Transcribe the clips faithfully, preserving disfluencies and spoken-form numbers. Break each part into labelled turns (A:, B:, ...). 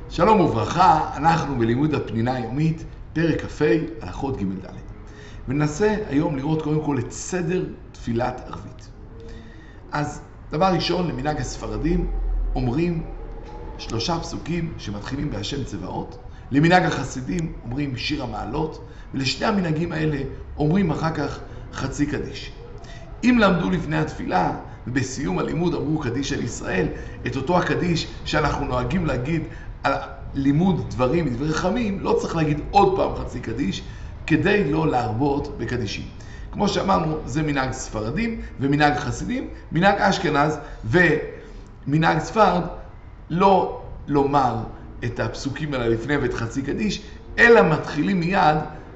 A: שלום וברכה, אנחנו בלימוד הפנינה היומית, פרק כ"ה, הלכות ג' ד'. וננסה היום לראות קודם כל את סדר תפילת ערבית. אז דבר ראשון, למנהג הספרדים אומרים שלושה פסוקים שמתחילים בהשם צבאות, למנהג החסידים אומרים שיר המעלות, ולשני המנהגים האלה אומרים אחר כך חצי קדיש. אם למדו לפני התפילה ובסיום הלימוד אמרו קדיש על ישראל, את אותו הקדיש שאנחנו נוהגים להגיד על לימוד דברים, דברי חמים, לא צריך להגיד עוד פעם חצי קדיש, כדי לא להרבות בקדישים. כמו שאמרנו, זה מנהג ספרדים ומנהג חסידים, מנהג אשכנז ומנהג ספרד, לא לומר את הפסוקים האלה לפני ואת חצי קדיש, אלא מתחילים מיד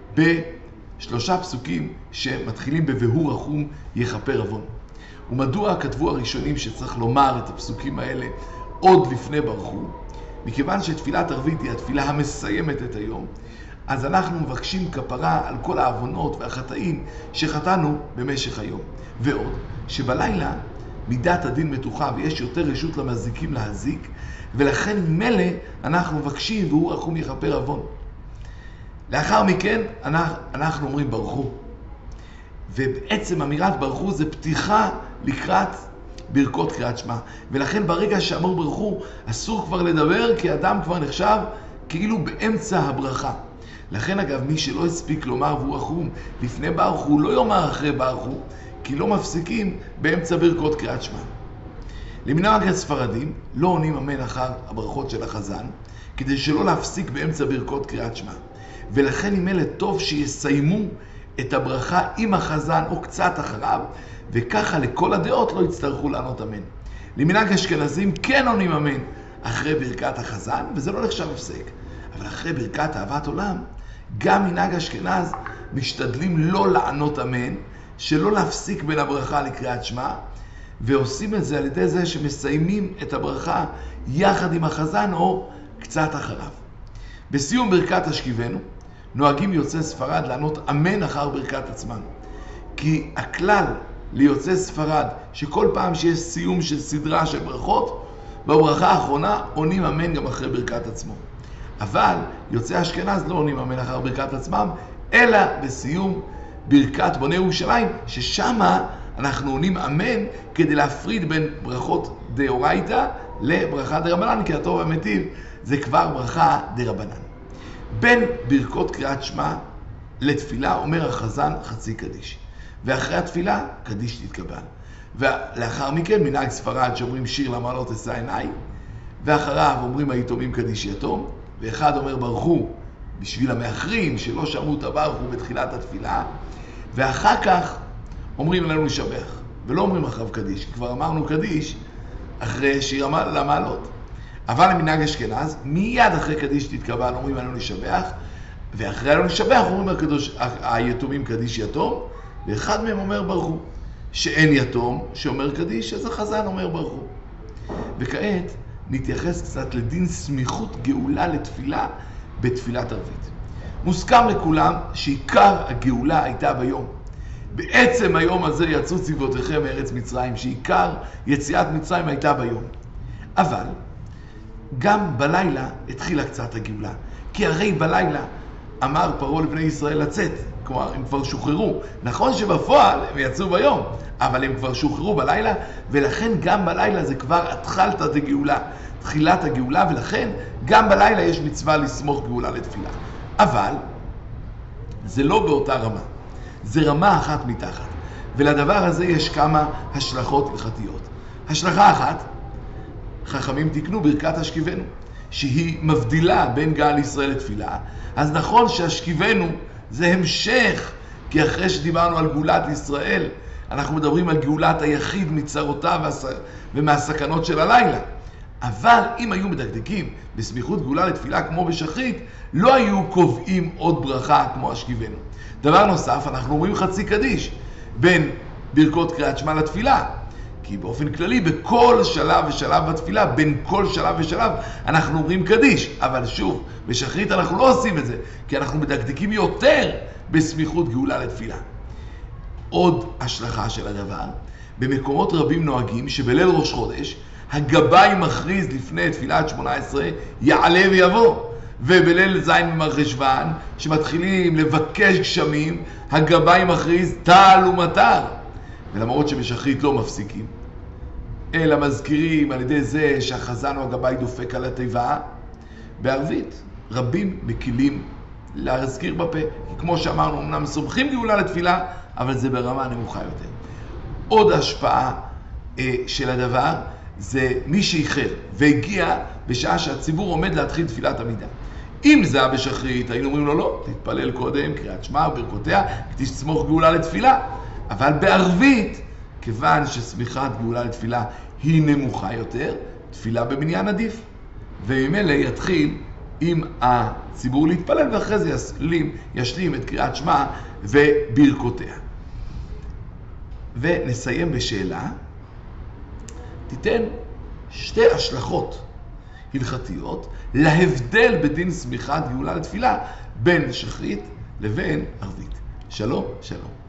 A: בשלושה פסוקים שמתחילים בבהור רחום יכפר עוון. ומדוע כתבו הראשונים שצריך לומר את הפסוקים האלה עוד לפני ברכו? מכיוון שתפילת ערבית היא התפילה המסיימת את היום, אז אנחנו מבקשים כפרה על כל העוונות והחטאים שחטאנו במשך היום. ועוד, שבלילה מידת הדין מתוחה ויש יותר רשות למזיקים להזיק, ולכן מלא אנחנו מבקשים והוא רחום יכפר עוון. לאחר מכן אנחנו אומרים ברכו. ובעצם אמירת ברכו זה פתיחה לקראת ברכות קריאת שמע. ולכן ברגע שאמרו ברכו, אסור כבר לדבר, כי אדם כבר נחשב כאילו באמצע הברכה. לכן אגב, מי שלא הספיק לומר והוא רחום לפני ברכו, לא יאמר אחרי ברכו, כי לא מפסיקים באמצע ברכות קריאת שמע. למנהג הספרדים לא עונים אמן אחר הברכות של החזן, כדי שלא להפסיק באמצע ברכות קריאת שמע. ולכן אם אלה טוב שיסיימו את הברכה עם החזן או קצת אחריו, וככה לכל הדעות לא יצטרכו לענות אמן. למנהג אשכנזים כן עונים אמן אחרי ברכת החזן, וזה לא נחשב הפסק. אבל אחרי ברכת אהבת עולם, גם מנהג אשכנז משתדלים לא לענות אמן, שלא להפסיק בין הברכה לקריאת שמע, ועושים את זה על ידי זה שמסיימים את הברכה יחד עם החזן או קצת אחריו. בסיום ברכת השכיבנו, נוהגים יוצאי ספרד לענות אמן אחר ברכת עצמם. כי הכלל ליוצאי ספרד, שכל פעם שיש סיום של סדרה של ברכות, בברכה האחרונה עונים אמן גם אחרי ברכת עצמו. אבל יוצאי אשכנז לא עונים אמן אחר ברכת עצמם, אלא בסיום ברכת בוני ירושלים, ששם אנחנו עונים אמן כדי להפריד בין ברכות דאורייתא לברכה דרבנן, כי הטוב והמיטיב זה כבר ברכה דרבנן. בין ברכות קריאת שמע לתפילה אומר החזן חצי קדיש, ואחרי התפילה קדיש תתקבל. ולאחר מכן מנהג ספרד שאומרים שיר למעלות אשא עיניי, ואחריו אומרים היתומים קדיש יתום, ואחד אומר ברכו בשביל המאחרים שלא שמעו את הברכו בתחילת התפילה, ואחר כך אומרים לנו לשבח, ולא אומרים אחריו קדיש, כבר אמרנו קדיש אחרי שיר למעלות. אבל למנהג אשכנז, מיד אחרי קדיש תתקבל אומרים לנו לשבח, ואחרי לנו לשבח אומרים הקדוש, היתומים קדיש יתום, ואחד מהם אומר ברכו. שאין יתום שאומר קדיש, אז החזן אומר ברכו. וכעת נתייחס קצת לדין סמיכות גאולה לתפילה בתפילת ערבית. מוסכם לכולם שעיקר הגאולה הייתה ביום. בעצם היום הזה יצאו צבאותיכם מארץ מצרים, שעיקר יציאת מצרים הייתה ביום. אבל גם בלילה התחילה קצת הגאולה. כי הרי בלילה אמר פרעה לבני ישראל לצאת. כלומר, הם כבר שוחררו. נכון שבפועל הם יצאו ביום, אבל הם כבר שוחררו בלילה, ולכן גם בלילה זה כבר התחלת הגאולה, תחילת הגאולה, ולכן גם בלילה יש מצווה לסמוך גאולה לתפילה. אבל זה לא באותה רמה. זה רמה אחת מתחת. ולדבר הזה יש כמה השלכות הלכתיות. השלכה אחת, חכמים תקנו ברכת השכיבנו, שהיא מבדילה בין גאל ישראל לתפילה. אז נכון שהשכיבנו זה המשך, כי אחרי שדיברנו על גאולת ישראל, אנחנו מדברים על גאולת היחיד מצרותיו ומהסכנות של הלילה. אבל אם היו מדקדקים בסמיכות גאולה לתפילה כמו בשחרית, לא היו קובעים עוד ברכה כמו השכיבנו. דבר נוסף, אנחנו אומרים חצי קדיש בין ברכות קריאת שמע לתפילה. כי באופן כללי, בכל שלב ושלב בתפילה, בין כל שלב ושלב, אנחנו אומרים קדיש. אבל שוב, בשחרית אנחנו לא עושים את זה, כי אנחנו מדקדקים יותר בסמיכות גאולה לתפילה. עוד השלכה של הדבר, במקומות רבים נוהגים שבליל ראש חודש, הגבאי מכריז לפני תפילת שמונה עשרה, יעלה ויבוא. ובליל זין במרחשוון, שמתחילים לבקש גשמים, הגבאי מכריז טל ומטר. ולמרות שבשחרית לא מפסיקים, אלא מזכירים על ידי זה שהחזן או הגבאי דופק על התיבה, בערבית רבים מקילים להזכיר בפה. כי כמו שאמרנו, אמנם סומכים גאולה לתפילה, אבל זה ברמה נמוכה יותר. עוד השפעה אה, של הדבר, זה מי שאיחר והגיע בשעה שהציבור עומד להתחיל תפילת עמידה. אם זה היה בשחרית, היינו אומרים לו לא, תתפלל קודם, קריאת שמע וברכותיה, תסמוך גאולה לתפילה. אבל בערבית, כיוון שסמיכת גאולה לתפילה היא נמוכה יותר, תפילה במניין עדיף. וממילא יתחיל עם הציבור להתפלל, ואחרי זה ישלים, ישלים את קריאת שמע וברכותיה. ונסיים בשאלה, תיתן שתי השלכות הלכתיות להבדל בדין סמיכת גאולה לתפילה בין שחרית לבין ערבית. שלום, שלום.